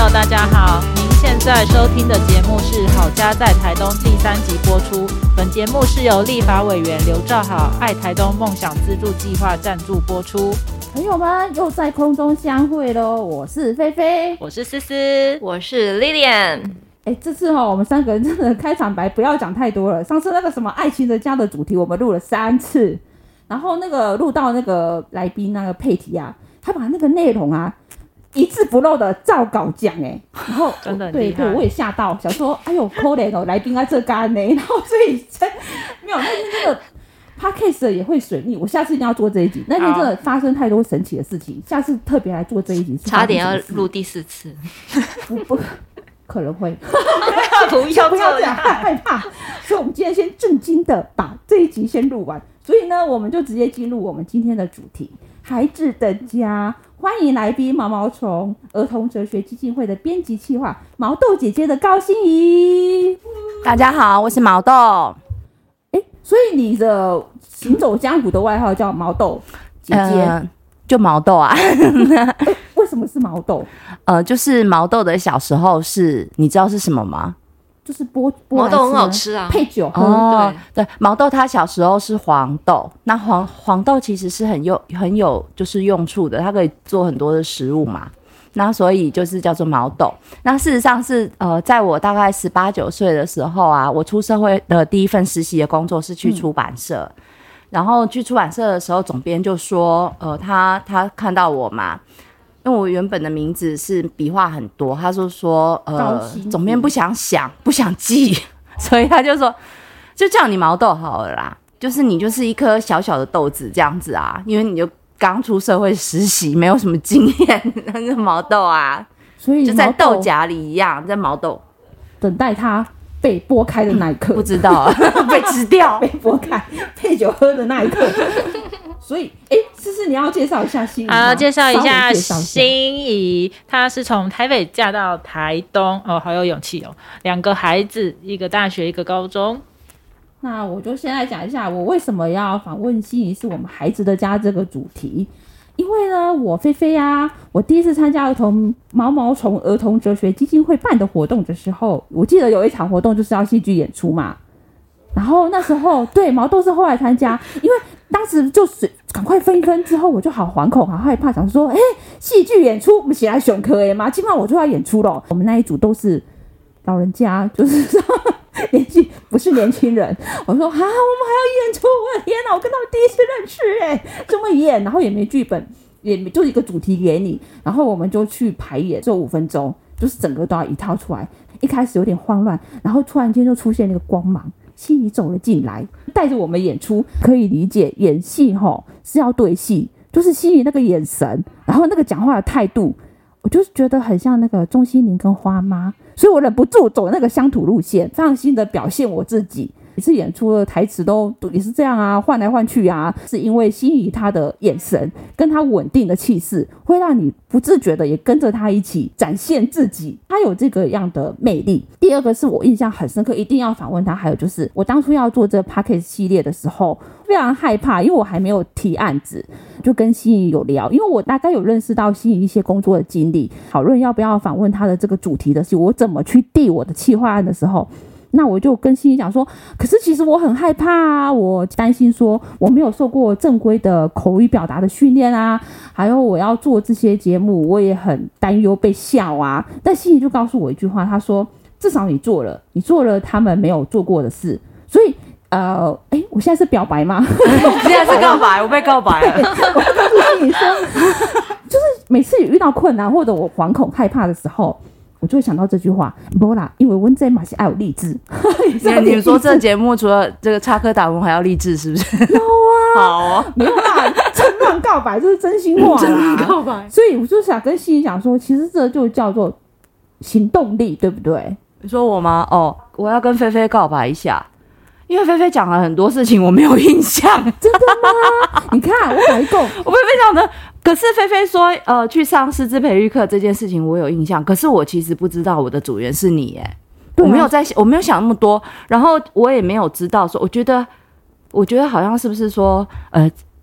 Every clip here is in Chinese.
大家好，您现在收听的节目是好家在台东第3集播出。本节目是由立法委员刘兆好爱台东梦想资助计划赞助播出。 朋友们又在空中相会咯，我是菲菲， 我是思思， 我是 Lilian。 这次我们3个人真的开场白不要讲太多了。上次那个什么爱情的家的主题我们录了3次，然后那个录到那个来宾那个佩提啊，他把那个内容啊一字不漏的照稿讲然后真的很厉害。 对，我也吓到，想说哎呦可怜来宾啊这干然后所以没有那天真的 Podcast 也会水逆，我下次一定要做这一集。那天真的发生太多神奇的事情，下次特别来做这一集。 差点要录第4次， 不可能会不要这样害怕。所以我们今天先正经的把这一集先录完，所以呢我们就直接进入我们今天的主题，孩子的家。欢迎来宾毛毛虫儿童哲学基金会的编辑企划毛豆姐姐的高心怡。 大家好，我是毛豆。 所以你的行走江湖的外号叫毛豆姐姐， 就毛豆啊。 为什么是毛豆？ 就是毛豆的小时候是，你知道是什么吗？ 就是毛豆很好吃啊， 配酒喝。 对，毛豆它小时候是黄豆，那黄豆其实是很有就是用处的，它可以做很多的食物嘛。那所以就是叫做毛豆。那事实上是在我大概18、19岁的时候啊，我出社会的第一份实习的工作是去出版社。然后去出版社的时候，总编就说他看到我嘛。因为我原本的名字是笔画很多，他就说总编不想记，所以他就说就叫你毛豆好了啦，就是你就是一颗小小的豆子这样子啊，因为你就刚出社会实习，没有什么经验，那是毛豆啊， 所以就在豆荚里一样，在毛豆等待它被剥开的那一刻， 不知道被吃掉， 被剥开配酒喝的那一刻。所以思思你要介绍一下心怡吗？ 介绍一下心怡，她是从台北嫁到台东好有勇气2个孩子，一个大学一个高中。 那我就先来讲一下我为什么要访问心怡是我们孩子的家这个主题。因为呢我菲菲啊，我第一次参加毛毛虫儿童哲学基金会办的活动的时候，我记得有一场活动就是要戏剧演出嘛，然后那时候对毛豆是后来参加，因为当时就是赶快分一分之后，我就好惶恐好害怕，想说戏剧演出不是来熊科吗？基本上我就要演出了。我们那一组都是老人家，就是年纪不是年轻人。我说我们还要演出，我的天哪，我跟他们第一次认识这么演，然后也没剧本，也就一个主题给你，然后我们就去排演，就5分钟，就是整个都要一套出来。一开始有点慌乱，然后突然间就出现那个光芒，心怡走了进来，带着我们演出。可以理解演戏是要对戏，就是心怡那个眼神，然后那个讲话的态度，我就是觉得很像那个钟欣凌跟花妈，所以我忍不住走那个乡土路线，放心的表现我自己。每次演出的台词都也是这样啊，换来换去啊，是因为心怡她的眼神跟她稳定的气势，会让你不自觉的也跟着她一起展现自己，她有这个样的魅力。第二个是我印象很深刻，一定要访问她，还有就是我当初要做这 Podcast 系列的时候非常害怕，因为我还没有提案子，就跟心怡有聊，因为我大概有认识到心怡一些工作的经历，讨论要不要访问她的这个主题的是我怎么去递我的企划案的时候，那我就跟心怡讲说，可是其实我很害怕啊，我担心说我没有受过正规的口语表达的训练啊，还有我要做这些节目我也很担忧被笑啊。但心怡就告诉我一句话，他说至少你做了他们没有做过的事。所以我现在是表白吗？ 现在是告白，我被告白了。 我要告诉心怡说，就是每次遇到困难或者我惶恐害怕的时候，我就会想到这句话，没啦，因为我这嘛是爱有励志。 你说这节目除了这个插科打诨还要励志是不是？ 有啊， 好没有啦，真乱告白，这是真心话啦。 真乱告白， 所以我就想跟心怡讲说，其实这就叫做行动力，对不对？ 你说我吗？我要跟菲菲告白一下。因为菲菲讲了很多事情我没有印象。 真的吗？你看我改过， 我菲菲讲的，可是菲菲说去上师资培育课这件事情我有印象，可是我其实不知道我的组员是你耶。我没有想那么多，然后我也没有知道说，我觉得好像是不是说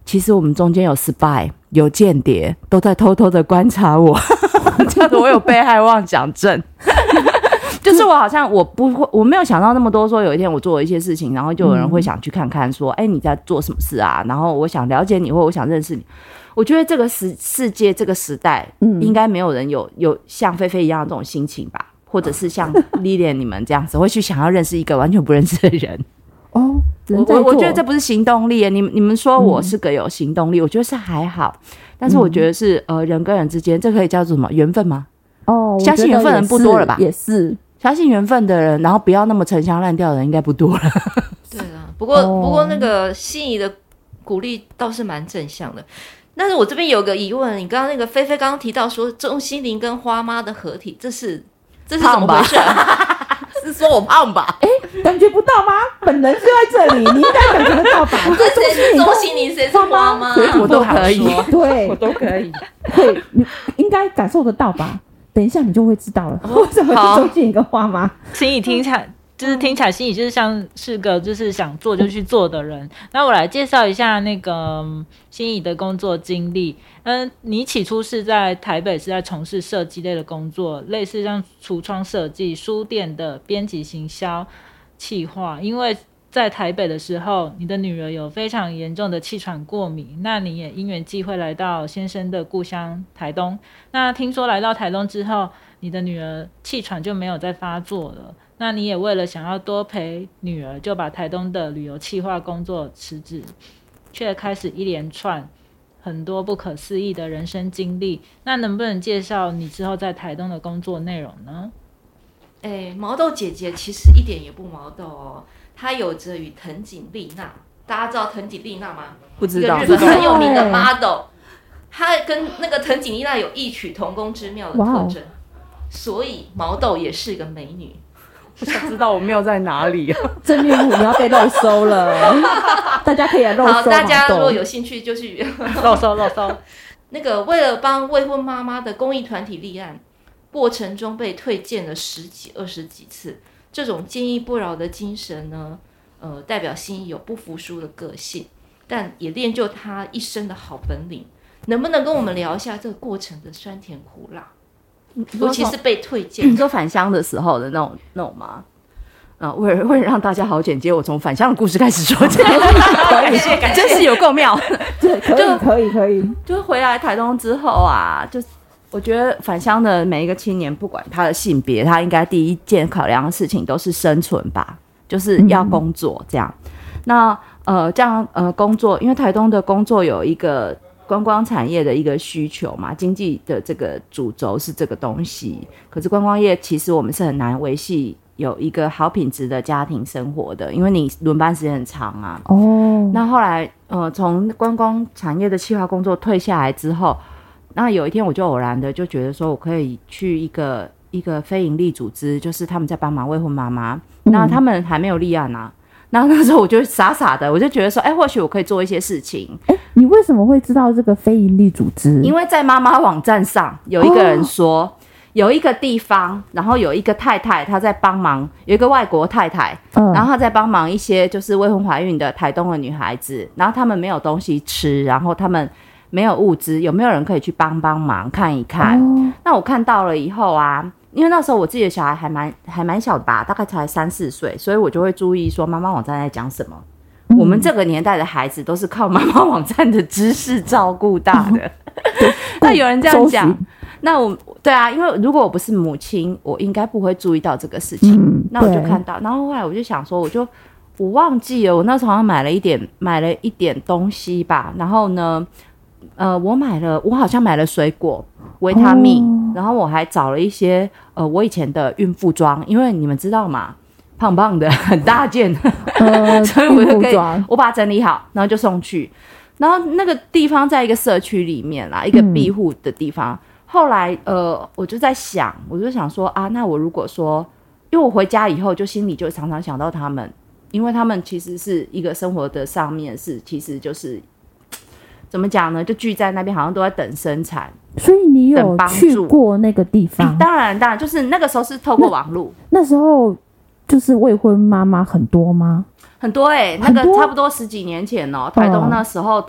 其实我们中间有 spy 有间谍都在偷偷的观察我，这样子我有被害妄想症。就是我好像我没有想到那么多，说有一天我做了一些事情，然后就有人会想去看看说你在做什么事啊，然后我想了解你或我想认识你。我觉得这个世界这个时代应该没有人有像菲菲一样的这种心情吧，或者是像 Lilian 你们这样子会去想要认识一个完全不认识的人。我觉得这不是行动力耶，你们说我是个有行动力，我觉得是还好，但是我觉得是人跟人之间，这可以叫做什么缘分吗？相信缘分的人不多了吧？ 也是相信缘分的人，然后不要那么陈腔滥调的人应该不多了。 对啊，不过那个心仪的鼓励倒是蛮正向的。但是我这边有个疑问，你刚刚那个菲菲刚刚提到说钟欣凌跟花妈的合体，这是怎么回事是说我胖吧？ 感觉不到吗？本人就在这里，你应该感觉得到吧？ 谁是钟欣凌，谁是花妈？ 我都可以， 对， 我都可以， 对，你应该感受得到吧？等一下你就会知道了，为什么是钟欣凌跟花妈？ 心仪听起来心仪就是像是个就是想做就去做的人。那我来介绍一下那个心仪的工作经历。你起初是在台北是在从事设计类的工作，类似像橱窗设计、书店的编辑、行销、企划。因为在台北的时候，你的女儿有非常严重的气喘过敏，那你也因缘际会来到先生的故乡台东。那听说来到台东之后，你的女儿气喘就没有再发作了。那你也为了想要多陪女儿，就把台东的旅游企划工作辞职，却开始一连串很多不可思议的人生经历。那能不能介绍你之后在台东的工作内容呢？ 毛豆姐姐其实一点也不毛豆哦，她有着与藤井丽娜，大家知道藤井丽娜吗？ 不知道， 一个日本很有名的 model， 她跟那个藤井丽娜有异曲同工之妙的特征，所以毛豆也是个美女。 我想知道我庙在哪里啊？ 真面目你要被肉搜了，大家可以来肉搜。 好，大家如果有兴趣就去肉搜。 那个为了帮未婚妈妈的公益团体立案，过程中被推荐了10几20几次，这种坚毅不饶的精神呢，代表心仪有不服输的个性，但也练就她一身的好本领。能不能跟我们聊一下这个过程的酸甜苦辣？尤其是被推荐， 你说返乡的时候的那种吗？为了让大家好简洁，我从返乡的故事开始说起。真是有够妙。 可以。 就回来台东之后啊，就我觉得返乡的每一个青年，不管他的性别，他应该第一件考量的事情都是生存吧，就是要工作这样。那这样工作，因为台东的工作有一个观光产业的一个需求嘛，经济的这个主轴是这个东西。可是观光业其实我们是很难维系有一个好品质的家庭生活的，因为你轮班时间很长啊。那后来从观光产业的企划工作退下来之后，那有一天我就偶然的就觉得说我可以去一个非营利组织，就是他们在帮忙未婚妈妈，那他们还没有立案啊。那时候我就傻傻的，我就觉得说，或许我可以做一些事情。 你为什么会知道这个非营利组织？ 因为在妈妈网站上有一个人说，有一个地方，然后有一个太太，她在帮忙，有一个外国太太，然后她在帮忙一些就是未婚怀孕的台东的女孩子，然后她们没有东西吃，然后她们没有物资，有没有人可以去帮忙看一看？那我看到了以后啊。因为那时候我自己的小孩还蛮小的吧，大概才3、4岁，所以我就会注意说妈妈网站在讲什么。我们这个年代的孩子都是靠妈妈网站的知识照顾大的。那有人这样讲，那对啊，因为如果我不是母亲，我应该不会注意到这个事情。那我就看到，然后后来我就想说，我忘记了，我那时候好像买了一点东西吧，然后呢。我好像买了水果、维他命，然后我还找了一些我以前的孕妇装，因为你们知道嘛，胖胖的很大件，所以我就可以我把它整理好，然后就送去。然后那个地方在一个社区里面啦，一个庇护的地方。后来我就在想，我就想说啊，那我如果说，因为我回家以后就心里就常常想到他们，因为他们其实是一个生活的上面是其实就是。怎么讲呢？就聚在那边，好像都在等生产。 所以你有去过那个地方？ 当然，就是那个时候是透过网络。 那时候就是未婚妈妈很多吗？ 很多那个差不多10几年前哦。台东那时候的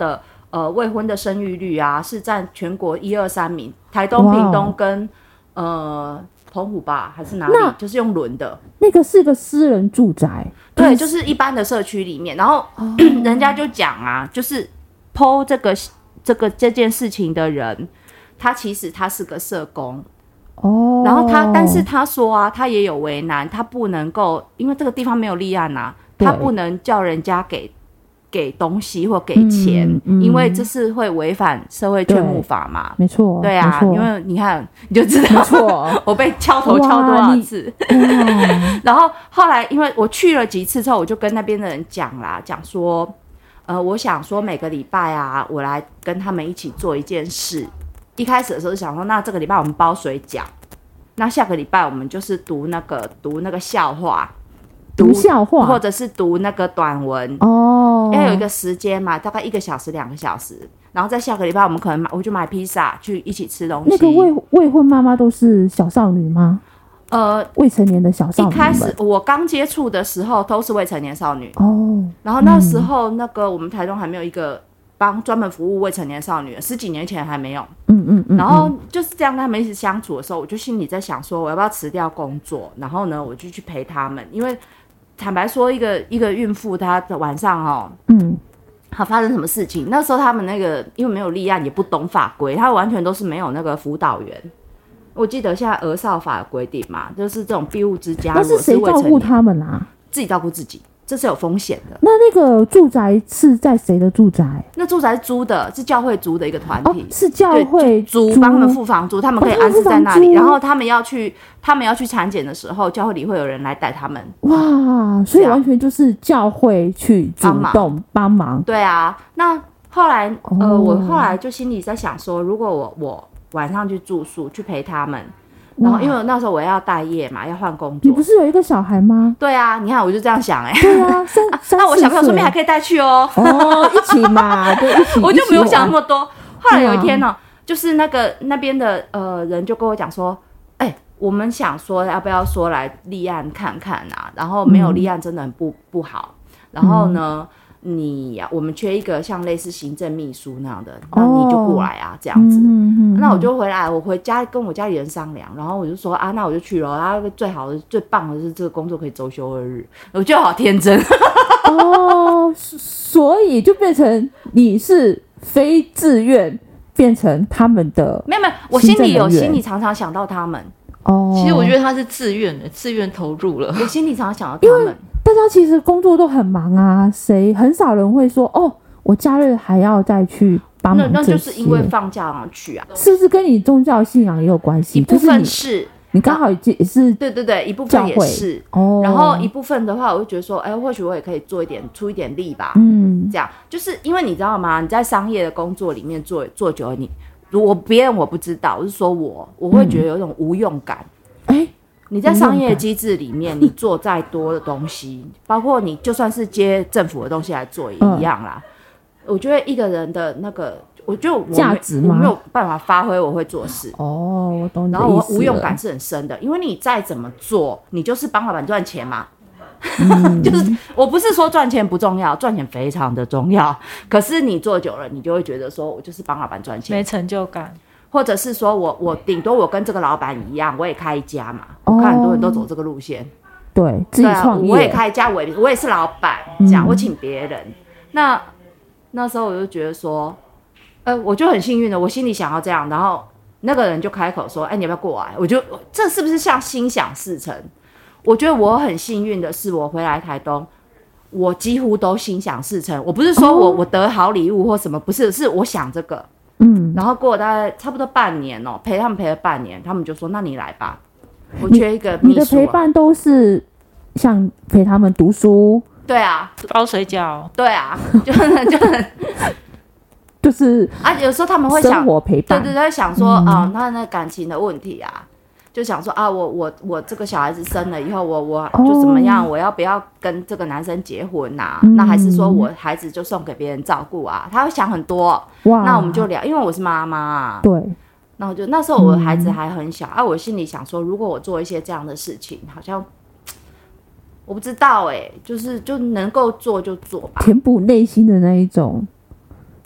未婚的生育率啊是占全国1、2、3名，台东、屏东跟澎湖吧还是哪里，就是用轮的。 那个是个私人住宅， 对，就是一般的社区里面，然后、人家就讲啊，就是PO 这件事情的人，他其实他是个社工。然后但是他说啊，他也有为难，他不能够，因为这个地方没有立案啊，他不能叫人家给东西或给钱，因为这是会违反社会劝募法嘛。 没错， 对啊，因为你看你就知道， 没错我被敲头敲多少次。然后后来因为我去了几次之后，我就跟那边的人讲说，我想说每个礼拜啊，我来跟他们一起做一件事。一开始的时候就想说，那这个礼拜我们包水饺，那下个礼拜我们就是读那个笑话， 读笑话， 或者是读那个短文要有一个时间嘛，大概1个小时、2个小时，然后在下个礼拜我们可能我就买披萨去一起吃东西。 那个未婚妈妈都是小少女吗？未成年的小少女们。 一开始我刚接触的时候都是未成年少女然后那时候那个我们台中还没有一个专门服务未成年少女，10几年前还没有。然后就是这样跟他们一起相处的时候，我就心里在想说，我要不要辞掉工作，然后呢，我就去陪他们。因为坦白说，一个孕妇她的晚上她发生什么事情，那时候他们那个因为没有立案，也不懂法规，他完全都是没有那个辅导员。我记得现在儿少法有规定嘛，就是这种庇护之家， 那是谁照顾他们啊？ 自己照顾自己。这是有风险的。 那个住宅是在谁的住宅？ 那住宅是租的，是教会租的一个团体， 是教会租帮他们付房租，他们可以安置在那里。然后他们要去产检的时候，教会里会有人来带他们。 哇，所以完全就是教会去主动帮忙。 对啊，那后来我后来就心里在想说，如果我晚上去住宿去陪他们。然后因为那时候我要待业嘛，要换工作。 你不是有一个小孩吗？ 对啊，你看我就这样想对啊， 那我小朋友说不定还可以带去哦。 一起嘛，对，一起。 我就没有想那么多。后来有一天呢，就是那边的人就跟我讲说，我们想说要不要说来立案看看啊？然后没有立案真的很不好。然后呢？我们缺一个像类似行政秘书那样的，那你就过来啊，这样子。那我就回来，我回家跟我家里人商量，然后我就说啊，那我就去了。然后最好的、最棒的是这个工作可以周休2日，我觉得好天真。 所以就变成你是非自愿变成他们的， 没有，我心里常常想到他们。 其实我觉得他是自愿的，自愿投入了。 我心里常常想到他们。 大家其实工作都很忙啊，很少人会说我假日还要再去帮忙这些。 那就是因为放假而去啊， 是不是跟你宗教信仰也有关系？ 一部分是你刚好也是对，一部分也是然后一部分的话，我就觉得说，或许我也可以出一点力吧。这样就是因为你知道吗？你在商业的工作里面做久了，别人我不知道，我是说我会觉得有一种无用感。你在商业机制里面，你做再多的东西，包括你就算是接政府的东西来做也一样啦。我觉得一个人的那个，我觉得价值我没有办法发挥我会做事。 我懂你的意思了。 然后我无用感是很深的，因为你再怎么做，你就是帮老板赚钱嘛。就是我不是说赚钱不重要，赚钱非常的重要。可是你做久了，你就会觉得说我就是帮老板赚钱， 没成就感。 或者是说我顶多我跟这个老板一样，我也开一家嘛。我看很多人都走这个路线， 对，自己创业， 我也开一家，我也是老板，这样我请别人。那时候我就觉得说，我就很幸运的，我心里想要这样，然后那个人就开口说，你要不要过来？我就这是不是像心想事成？我觉得我很幸运的是，我回来台东，我几乎都心想事成。我不是说我得好礼物或什么，不是，是我想这个。然后过了大概差不多半年陪他们陪了半年，他们就说：“那你来吧，我缺一个秘书。” 你的陪伴都是像陪他们读书， 对啊， 包水饺， 对啊， 就是有时候他们会想生活陪伴， 对，想说他那感情的问题啊。就想说我这个小孩子生了以后，我就怎么样？我要不要跟这个男生结婚啊？那还是说我孩子就送给别人照顾啊？他会想很多。那我们就聊，因为我是妈妈。 对。 那我就那时候我的孩子还很小我心里想说，如果我做一些这样的事情，好像我不知道就能够做就做吧， 填补内心的那一种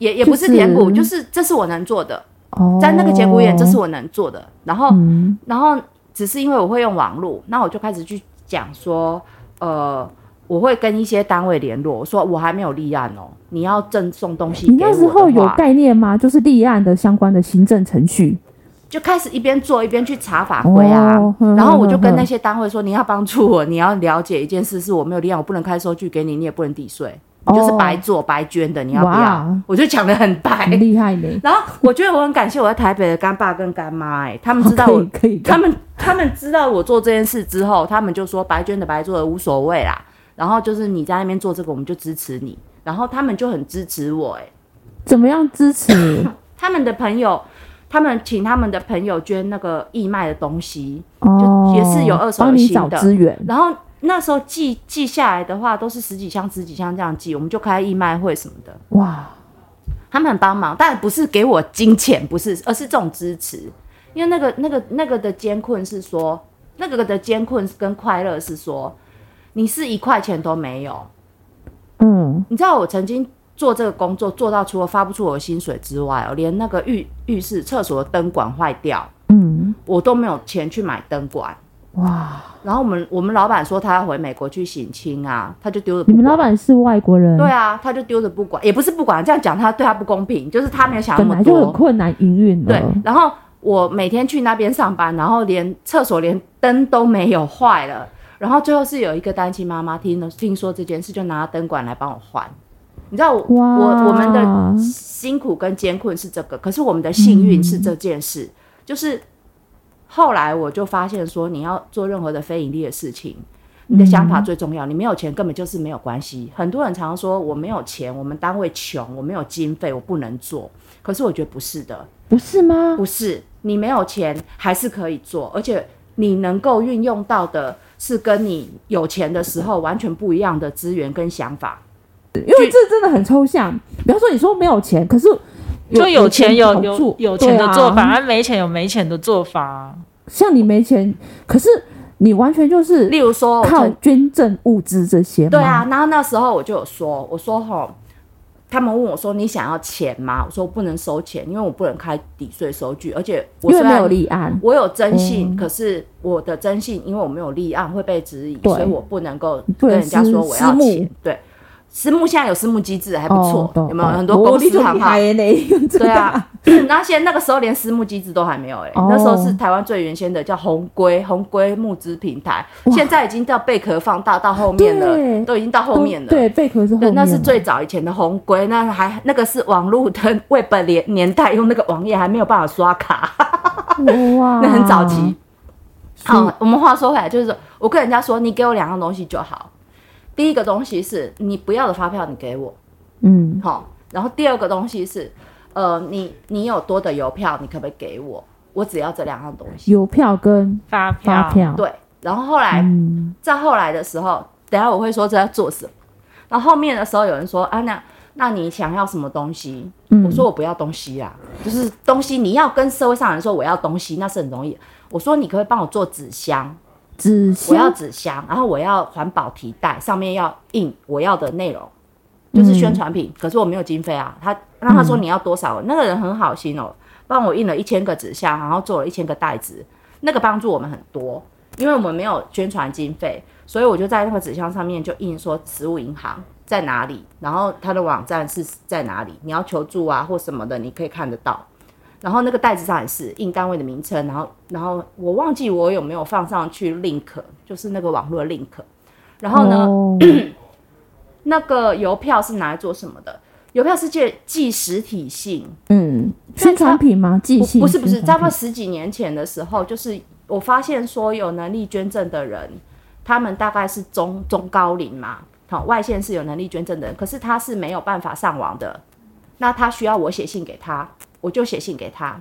也不是填补，就是这是我能做的。在那个节骨眼，这是我能做的。然后只是因为我会用网络，那我就开始去讲说，我会跟一些单位联络，我说我还没有立案哦，你要赠送东西给我的话。 你那时候有概念吗？就是立案的相关的行政程序。 就开始一边做一边去查法规啊，然后我就跟那些单位说，你要帮助我，你要了解一件事，是我没有立案，我不能开收据给你，你也不能抵税，你就是白做白捐的，你要不要？我就讲得很白， 很厉害呢。 然后我觉得我很感谢我在台北的干爸跟干妈，他们知道我， 可以他们知道我做这件事之后，他们就说白捐的白做的无所谓啦，然后就是你在那边做这个，我们就支持你，然后他们就很支持我， 怎么样支持？ 他们的朋友。他们请他们的朋友捐那个义卖的东西，就也是有二手的新的， 帮你找资源。 然后那时候寄下来的话，都是十几箱这样寄，我们就开义卖会什么的。 哇， 他们很帮忙，但不是给我金钱，不是，而是这种支持。因为那个的艰困是说，那个的艰困跟快乐是说，你是1块钱都没有。你知道我曾经。做这个工作做到除了发不出我的薪水之外，连那个浴室厕所的灯管坏掉，我都没有钱去买灯管。哇！然后我们老板说他要回美国去省亲啊，他就丢着不管。 你们老板是外国人？ 对啊，他就丢着不管，也不是不管，这样讲他对他不公平，就是他没有想那么多， 本来就很困难营运了。 对，然后我每天去那边上班，然后连厕所连灯都没有坏了，然后最后是有一个单亲妈妈听说这件事，就拿灯管来帮我换。你知道我们的辛苦跟艰困是这个，可是我们的幸运是这件事，就是后来我就发现说，你要做任何的非盈利的事情，你的想法最重要。你没有钱根本就是没有关系。很多人常常说我没有钱，我们单位穷，我没有经费，我不能做。可是我觉得不是的。 不是吗？ 不是，你没有钱还是可以做，而且你能够运用到的是跟你有钱的时候完全不一样的资源跟想法。 因为这真的很抽象。比方说你说没有钱，可是就有钱有钱的做法，没钱有没钱的做法。 像你没钱，可是你完全就是例如说靠捐赠物资这些吗？ 对啊，然后那时候我就有说，我说他们问我说你想要钱吗？我说不能收钱，因为我不能开抵税收据，而且我虽然因为没有立案， 我有征信，可是我的征信因为我没有立案会被质疑，所以我不能够跟人家说我要钱。对。私募现在有私募机制还不错，有没有很多公司行号？对啊，然后那个时候连私募机制都还没有那时候是台湾最原先的叫红龟募资平台，现在已经到贝壳放大到后面了，都已经到后面了。 对，贝壳是后面， 那是最早以前的红龟，那个是网络的 Web 年代，用那个网页还没有办法刷卡， 哇， 那很早期。好，我们话说回来，就是说我跟人家说，你给我2样东西就好。第一个东西是你不要的发票，你给我，好。然后第二个东西是，你有多的邮票，你可不可以给我？我只要这2样东西， 邮票跟发票。 对。然后后来，在后来的时候，等一下我会说这要做什么。然后后面的时候有人说啊，那你想要什么东西？我说我不要东西啦，就是东西你要跟社会上人说我要东西，那是很容易。我说你可不可以帮我做纸箱？我要纸箱，然后我要环保提袋，上面要印我要的内容，就是宣传品。可是我没有经费啊。他说你要多少？那个人很好心哦，帮我印了1000个纸箱，然后做了1000个袋子，那个帮助我们很多，因为我们没有宣传经费，所以我就在那个纸箱上面就印说食物银行在哪里，然后它的网站是在哪里，你要求助啊或什么的，你可以看得到。然后那个袋子上也是印单位的名称，然后我忘记我有没有放上去 link， 就是那个网络的 link。然后呢，那个邮票是拿来做什么的？邮票是寄实体信， 宣传品吗？寄信？ 不是，差不多10几年前的时候，就是我发现说有能力捐赠的人，他们大概是中高龄嘛，外县市有能力捐赠的人，可是他是没有办法上网的，那他需要我写信给他。我就写信给他，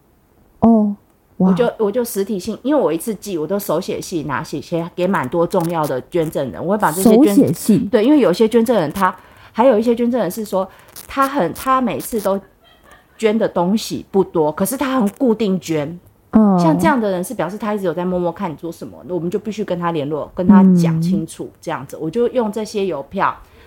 我就实体信，因为我一次寄，我都手写信拿写给蛮多重要的捐赠人，我会把这些手写信， 对，因为有些捐赠人还有一些捐赠人是说他每次都捐的东西不多，可是他很固定捐，像这样的人是表示他一直有在默默看你做什么，我们就必须跟他联络，跟他讲清楚，这样子，我就用这些邮票。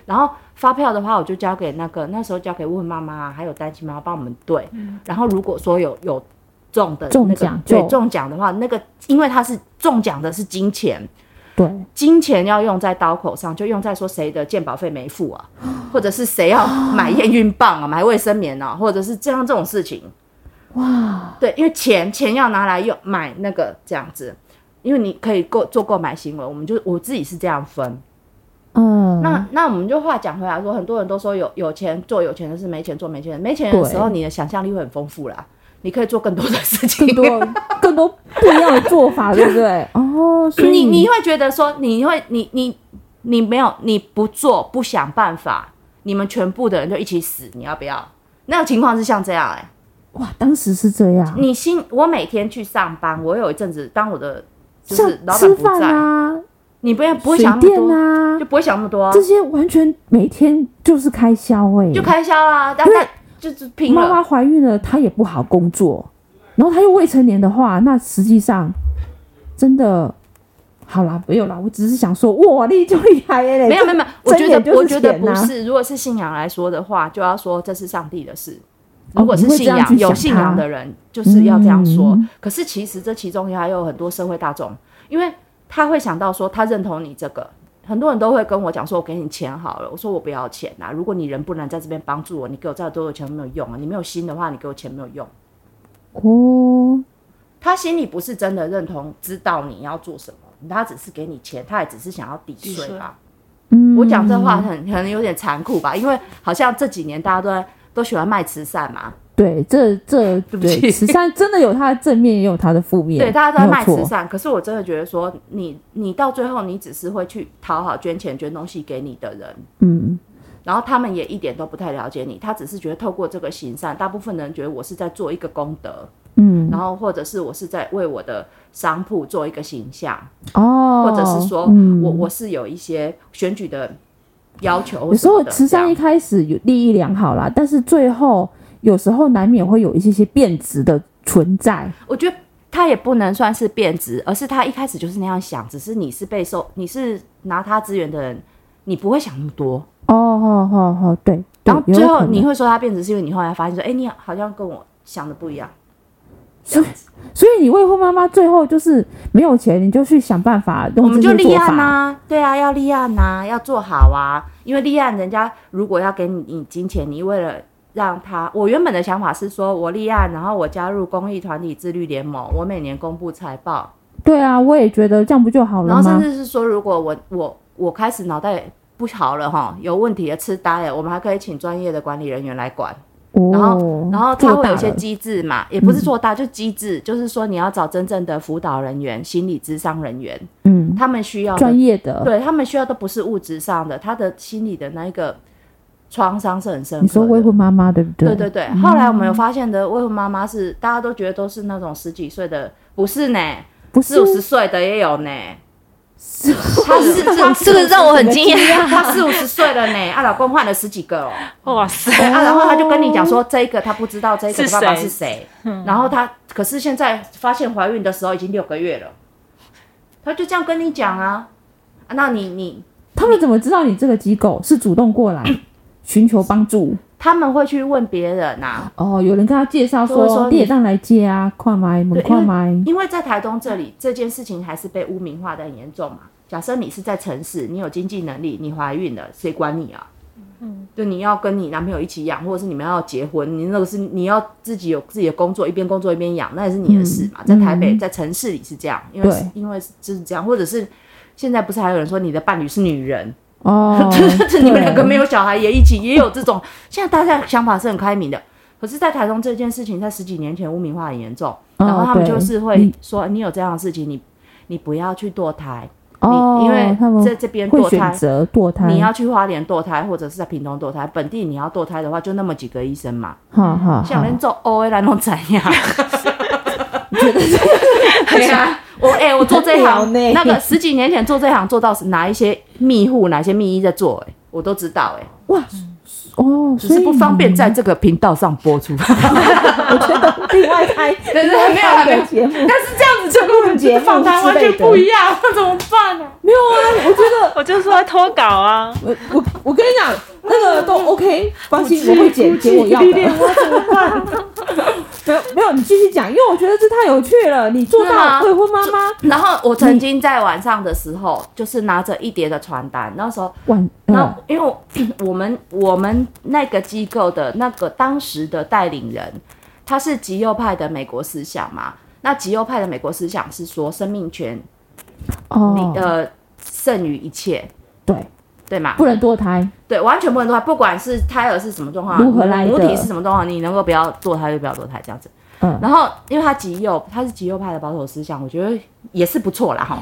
然后发票的话，我就交给那时候交给问妈妈还有单亲妈妈帮我们对。然后如果说有中的中奖， 对中奖的话，那个因为它是中奖的是金钱， 对， 金钱要用在刀口上，就用在说谁的健保费没付啊，或者是谁要买验孕棒啊，买卫生棉啊，或者是这种事情。 哇， 对，因为钱要拿来用买那个这样子，因为你可以做购买行为，我自己是这样分。那我们就话讲回来说，很多人都说有钱做有钱的事，没钱做没钱的。没钱的时候，你的想象力会很丰富啦，你可以做更多的事情， 更多不一样的做法，对不对？哦，所以你会觉得说，你没有，你不做不想办法，你们全部的人就一起死，你要不要？那个情况是像这样哇，当时是这样。 我每天去上班，我有一阵子当我的就是老板吃不在饭啊， 你不会想那么多啊， 就不会想那么多这些完全每天就是开销就开销啊，但就是拼了。 妈妈怀孕了，她也不好工作，然后她又未成年的话，那实际上真的好啦，没有啦，我只是想说，哇，你就厉害耶！ 没有，我觉得不啊是。如果是信仰来说的话，就要说这是上帝的事。如果是信仰，有信仰的人就是要这样说。可是其实这其中还有很多社会大众，因为他会想到说他认同你这个，很多人都会跟我讲说，我给你钱好了。我说我不要钱啊，如果你人不能在这边帮助我，你给我再多的钱没有用啊，你没有心的话，你给我钱没有用。 哦， 他心里不是真的认同，知道你要做什么，他只是给你钱，他也只是想要抵税吧。我讲这话可能有点残酷吧，因为好像这几年大家都喜欢卖慈善嘛。 对，对慈善真的有它的正面，也有它的负面。 对，大家都在卖慈善，可是我真的觉得说，你到最后，你只是会去讨好捐钱、捐东西给你的人，然后他们也一点都不太了解你，他只是觉得透过这个行善，大部分人觉得我是在做一个功德，然后或者是我是在为我的商铺做一个形象，或者是说我是有一些选举的要求， 有时候慈善一开始有利益良好啦，但是最后有时候难免会有一些变质的存在。 我觉得他也不能算是变质，而是他一开始就是那样想，只是你是拿他资源的人，你不会想那么多。 对。 然后最后你会说他变质，是因为你后来发现说，你好像跟我想的不一样。 所以你未婚妈妈最后就是没有钱，你就去想办法用这些做法。 我们就立案啊，对啊，要立案啊，要做好啊。因为立案，人家如果要给你金钱，你为了让他，我原本的想法是说，我立案，然后我加入公益团体自律联盟，我每年公布财报。 对啊，我也觉得这样不就好了吗？ 然后甚至是说，如果我开始脑袋不好了哈，有问题的痴呆了，我们还可以请专业的管理人员来管。然后他会有一些机制嘛，也不是做大，就机制，就是说你要找真正的辅导人员、心理咨商人员，他们需要专业的， 对他们需要都不是物质上的，他的心理的那一个创伤是很深刻的。 你说未婚妈妈对不对？ 对。后来我们有发现的未婚妈妈是大家都觉得都是那种10几岁的，不是呢，不是40-50岁的也有呢。 这个让我很惊讶， 她40-50岁了呢，老公换了10几个哇塞！ 然后他就跟你讲说，这个他不知道这个爸爸是谁，然后可是现在发现怀孕的时候已经6个月了，他就这样跟你讲啊。那他们怎么知道你这个机构是主动过来寻求帮助？ 他们会去问别人啊。 有人跟他介绍说，你也让来接啊，快买，快买。因为在台东这里，这件事情还是被污名化的很严重嘛。假设你是在城市，你有经济能力，你怀孕了，谁管你啊？就你要跟你男朋友一起养，或者是你们要结婚，你那个是你要自己有自己的工作，一边工作一边养，那也是你的事嘛。在台北，在城市里是这样，因为就是这样，或者是现在不是还有人说你的伴侣是女人？你们2个没有小孩也一起，也有这种。现在大家想法是很开明的，可是，在台中这件事情在10几年前污名化很严重，然后他们就是会说，你有这样的事情，你不要去堕胎，因为在这边会选择堕胎， 你要去花莲堕胎，或者是在屏东堕胎，本地你要堕胎的话，就那么几个医生嘛。像人做 OA 来弄怎样？对啊。我做这行，那个10几年前做这行做到哪一些秘护，哪些秘医在做，我都知道。哇， 哦， 只是不方便在这个频道上播出。 我觉得另外开对另外开的节目， 但是这样子就跟我们节目访谈完全不一样，那怎么办呢？ 没有啊，我觉得我就说在脱稿啊。 我跟你讲，那个都 OK， 放心，我会剪我要的。 我怎么办？ 没有，你继续讲，因为我觉得这太有趣了。你做到未婚妈妈， 然后我曾经在晚上的时候，就是拿着一叠的传单，那时候因为我们那个机构的那个当时的带领人，他是极右派的美国思想嘛。那极右派的美国思想是说生命权胜于一切，对嘛？ 不能堕胎， 对，完全不能堕胎，不管是胎儿是什么状况， 如何来的母体是什么状况，你能够不要堕胎就不要堕胎这样子。然后因为他是极右派的保守思想，我觉得也是不错啦哈。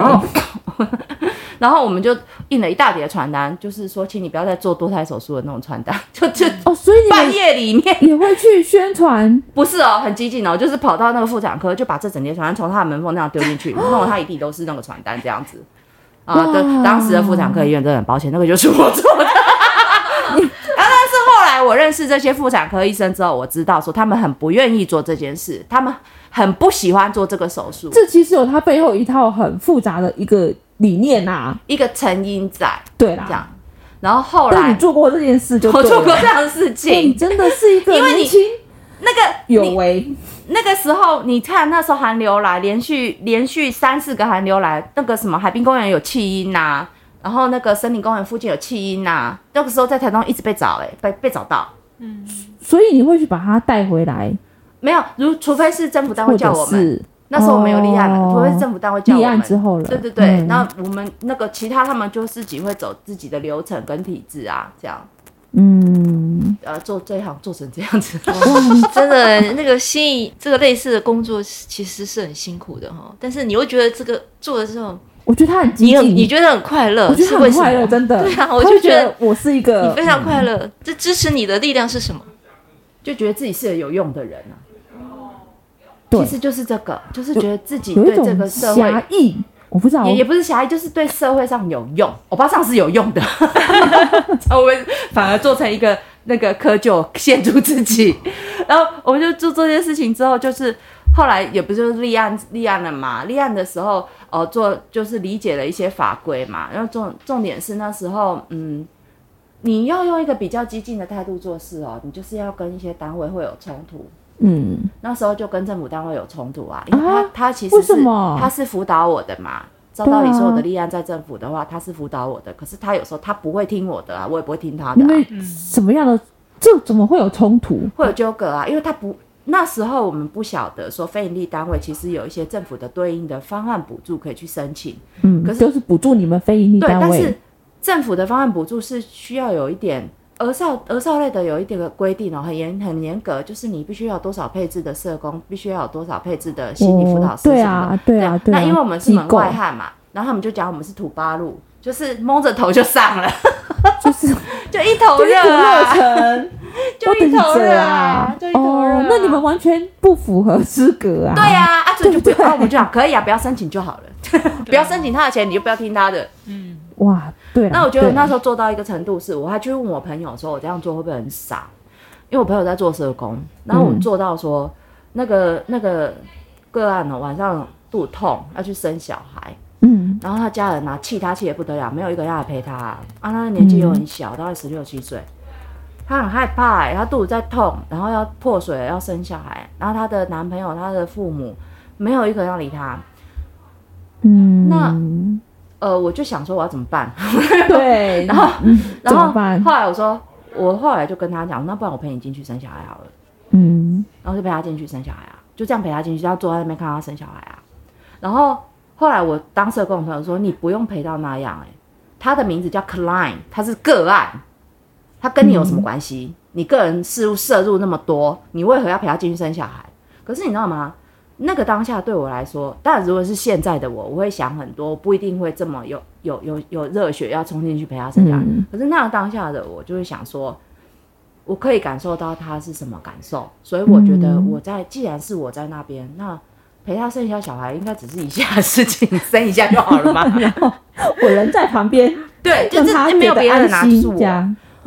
然后我们就印了一大叠传单，就是说请你不要再做堕胎手术的那种传单，就所以你半夜里面也会去宣传， 不是哦，很激进哦，就是跑到那个妇产科，就把这整叠传单从他的门缝那样丢进去，弄得他一地都是那个传单这样子。对，当时的妇产科医院真的很抱歉，那个就是我做的。但是后来我认识这些妇产科医生之后，我知道说他们很不愿意做这件事，他们很不喜欢做这个手术。 这其实有他背后一套很复杂的一个理念啊， 一个成因在， 对啦， 这样。然后后来你做过这件事就对了， 我做过这样的事情， 你真的是一个年轻那个有为。 那个时候，你看那时候寒流来，连续3-4个寒流来，那个什么海滨公园有弃婴呐，然后那个森林公园附近有弃婴呐，那个时候在台东一直被找，被找到。 所以你会去把它带回来？ 没有，除非是政府单位叫我们。那时候我们有立案了，除非是政府单位叫我们。 立案之后了。 对，那我们那个其他他们就自己会走自己的流程跟体制啊，这样。做这一行做成这样子， 真的那个心仪这个类似的工作其实是很辛苦的哈。但是你会觉得这个做了之后， 我觉得他很激进， 你觉得很快乐， 我觉得他很快乐，真的。 对啊，我就觉得我是一个你非常快乐。这支持你的力量是什么？ 就觉得自己是有用的人啊。 对， 其实就是这个，就是觉得自己对这个社会狭义。我不知道， 也不是狭义，就是对社会上有用。我不知道上是有用的，我们反而做成一个那个窠臼陷住自己。然后我们就做这件事情之后，就是后来也不就是立案了嘛。立案的时候，做就是理解了一些法规嘛。然后重点是那时候，你要用一个比较激进的态度做事哦，你就是要跟一些单位会有冲突。那时候就跟政府单位有冲突啊，因为他其实是他是辅导我的嘛。照道理说，我的立案在政府的话，他是辅导我的，可是他有时候他不会听我的啊，我也不会听他的。 因为什么样的这怎么会有冲突？ 会有纠葛啊，因为他不那时候我们不晓得说非营利单位其实有一些政府的对应的方案补助可以去申请。 可是就是补助你们非营利单位。 对，但是政府的方案补助是需要有一点。儿少类的有一点的规定很严格，就是你必须要有多少配置的社工，必须要有多少配置的心理辅导师什么的。 对啊。 那因为我们是门外汉嘛，然后他们就讲我们是土八路，就是蒙着头就上了，就一头热啊，就一头热啊，就一头热。 那你们完全不符合资格啊。 对啊，所以就不要，我们就讲可以啊，不要申请就好了，不要申请他的钱，你就不要听他的。 哇，对。 那我觉得那时候做到一个程度是，我还去问我朋友说，我这样做会不会很傻？因为我朋友在做社工，然后我做到说，那个个案晚上肚子痛要去生小孩，然后他家人气他气得不得了，没有一个人要来陪他他的年纪又很小，大概16、17岁，他很害怕他肚子在痛，然后要破水了要生小孩，然后他的男朋友、他的父母没有一个人要理他，那。我就想说我要怎么办？ 对， 然后后来我后来就跟他讲，那不然我陪你进去生小孩好了。然后就陪他进去生小孩啊，就这样陪他进去，就要坐在那边看他生小孩啊。然后后来我当社工的朋友说，你不用陪到那样他的名字叫 Klein， 他是个案，他跟你有什么关系？你个人事务摄入那么多，你为何要陪他进去生小孩？可是你知道吗？那个当下对我来说，当然如果是现在的我会想很多，不一定会这么有热血要冲进去陪他生小孩。可是那个当下的我就会想说，我可以感受到他是什么感受，所以我觉得既然是我在那边，那陪他生一下小孩应该只是一下的事情，生一下就好了嘛。 然后我人在旁边， 对，就是没有别人拿住我。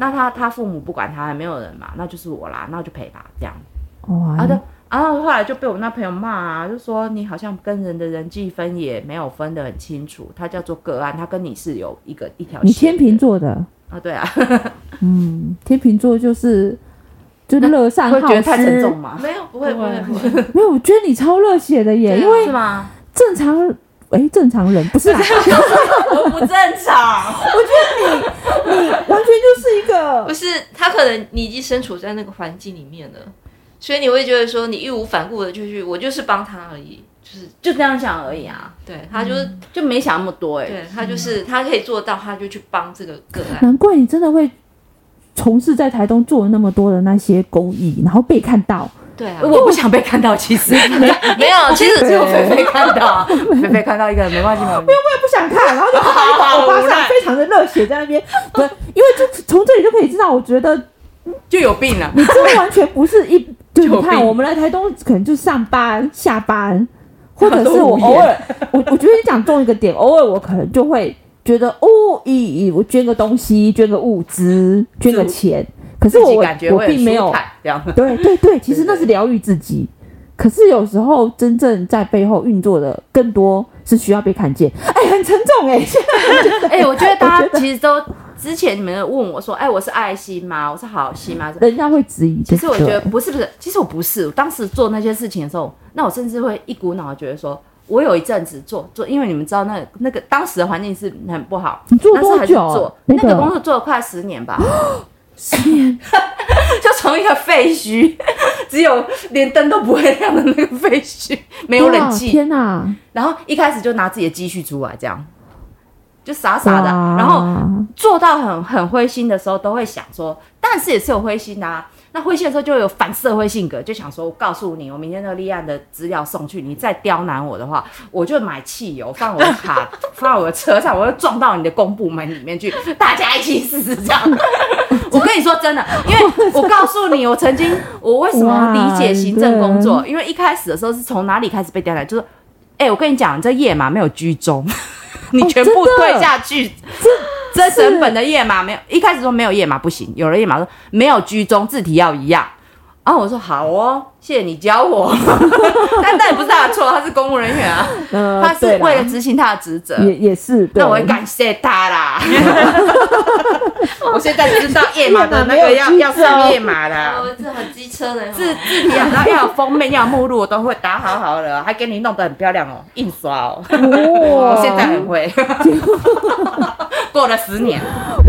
那他父母不管他，还没有人嘛，那就是我啦，那我就陪吧，这样。 哇， 然后后来就被我那朋友骂啊，就说你好像跟人的人际分也没有分得很清楚，他叫做个案，他跟你是有一条线。 你天秤座的啊？对啊， 天秤座就乐善好施， 会觉得太沉重吗？ 没有，不会。 没有，我觉得你超热血的耶，因为是吗？ 正常人不是啦， 我不正常。 你完全就是一个不是他，可能你已经身处在那个环境里面了，所以你会觉得说你义无反顾的我就是帮他而已， 就这样想而已啊。 对他就没想那么多对他他可以做到，他就去帮这个个案。 难怪你真的会从事在台东做了那么多的那些公益，然后被看到。 对啊， 我不想被看到，其实没有，其实只有菲菲看到，菲菲看到一个人没关系，没关系。 我也不想看，然后就看到一个欧巴桑非常的热血在那边，对，因为就从这里就可以知道，我觉得就有病了。 你这完全不是就你看我们来台东可能就上班下班，或者是我偶尔，我觉得你讲中一个点，偶尔我可能就会觉得我捐个东西，捐个物资，捐个钱。可是我并没有，对，其实那是疗愈自己。可是有时候真正在背后运作的更多是需要被看见。很沉重我觉得大家其实都之前你们问我说，我是爱心吗？我是好心吗？ 人家会质疑。 其实我觉得不是，其实我不是。我当时做那些事情的时候，那我甚至会一股脑的觉得说，我有一阵子做，因为你们知道那个当时的环境是很不好。 你做多久？ 那个工作做了快10年吧。10年，就从一个废墟，只有连灯都不会亮的那个废墟，没有冷气。 天哪！ 然后一开始就拿自己的积蓄出来，这样就傻傻的。然后做到很灰心的时候，都会想说，但是也是有灰心的啊。那灰心的时候就有反社会性格，就想说，我告诉你，我明天那个立案的资料送去，你再刁难我的话，我就买汽油放我的卡，放我的车上，我就撞到你的公部门里面去，大家一起死这样。我跟你说真的，因为我告诉你，我为什么理解行政工作？因为一开始的时候是从哪里开始被刁难，就是，我跟你讲，你这页码没有居中，你全部退下去。这整本的页码没有，一开始说没有页码不行，有了页码说没有居中，字体要一样。然后我说好哦，谢谢你教我。但也不是他的错，他是公务人员啊，他是为了执行他的职责， 也是。 那我会感谢他啦。我现在知道页码的那个要上页码啦。 这很机车的字体然后要有封面，要有目录，我都会打好了，还给你弄得很漂亮哦，印刷哦。我现在很会。过了10年。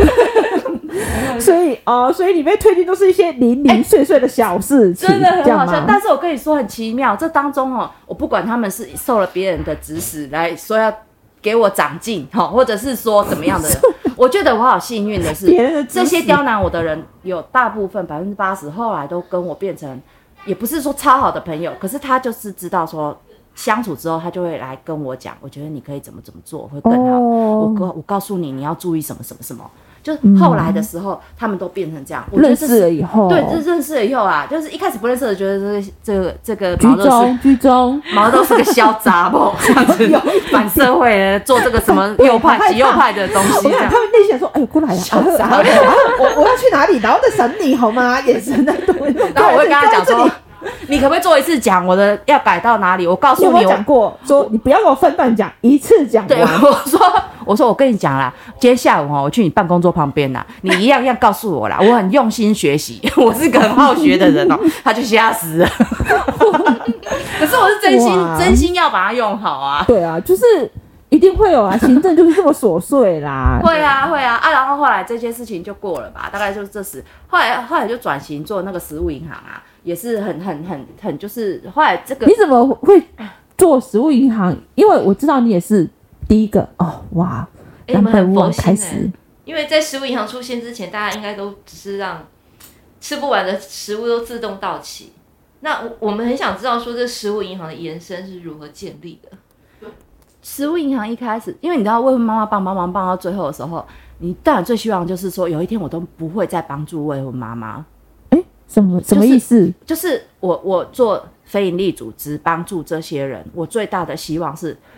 所以你被推进都是一些零零碎碎的小事情， 真的很好笑。但是我跟你说很奇妙，这当中我不管他们是受了别人的指使来说要给我长进，或者是说怎么样的人，我觉得我好幸运的是，这些刁难我的人有大部分80%后来都跟我变成，也不是说超好的朋友，可是他就是知道说。相处之后，他就会来跟我讲，我觉得你可以怎么做会更好。我告诉你，你要注意什么什么什么。就后来的时候，他们都变成这样。 认识了以后， 对，认识了以后啊，就是一开始不认识的，觉得这个居中毛都是个小杂货，这样子反社会的做这个什么右派极右派的东西。 他们内心说：“过来呀，我要去哪里？然后再审你好吗？”眼神在对。 然后我会跟他讲说。你可不可以做一次讲？我的要改到哪里？我告诉你， 我讲过说你不要给我分段讲，一次讲完。 对，我说我跟你讲啦，今天下午我去你办公桌旁边啦，你一样告诉我啦，我很用心学习，我是个很好学的人他就吓死了。可是我是真心要把它用好啊。 对啊，就是一定会有啊，行政就是这么琐碎啦。 会啊，然后后来这件事情就过了吧，大概就是这时，后来就转型做那个食物银行啊。也是很就是后来这个你怎么会做食物银行？因为我知道你也是第一个哇， 你们很佛心开始， 因为在食物银行出现之前，大家应该都只是让吃不完的食物都自动到齐。那我们很想知道说，这食物银行的延伸是如何建立的？ 食物银行一开始，因为你知道未婚妈妈帮忙到最后的时候，你当然最希望就是说有一天我都不会再帮助未婚妈妈。 什么意思？ 就是我做非营利组织帮助这些人，我最大的希望是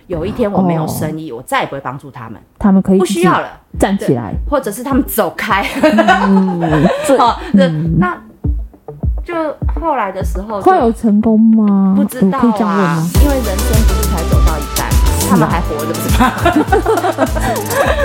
有一天我没有生意，我再也不会帮助他们， 他们可以不需要了， 站起来， 或者是他们走开。好，那就后来的时候会有成功吗？ 不知道可以这样问啊吗？ 因为人生不是才走到一半，他们还活着，不是吗？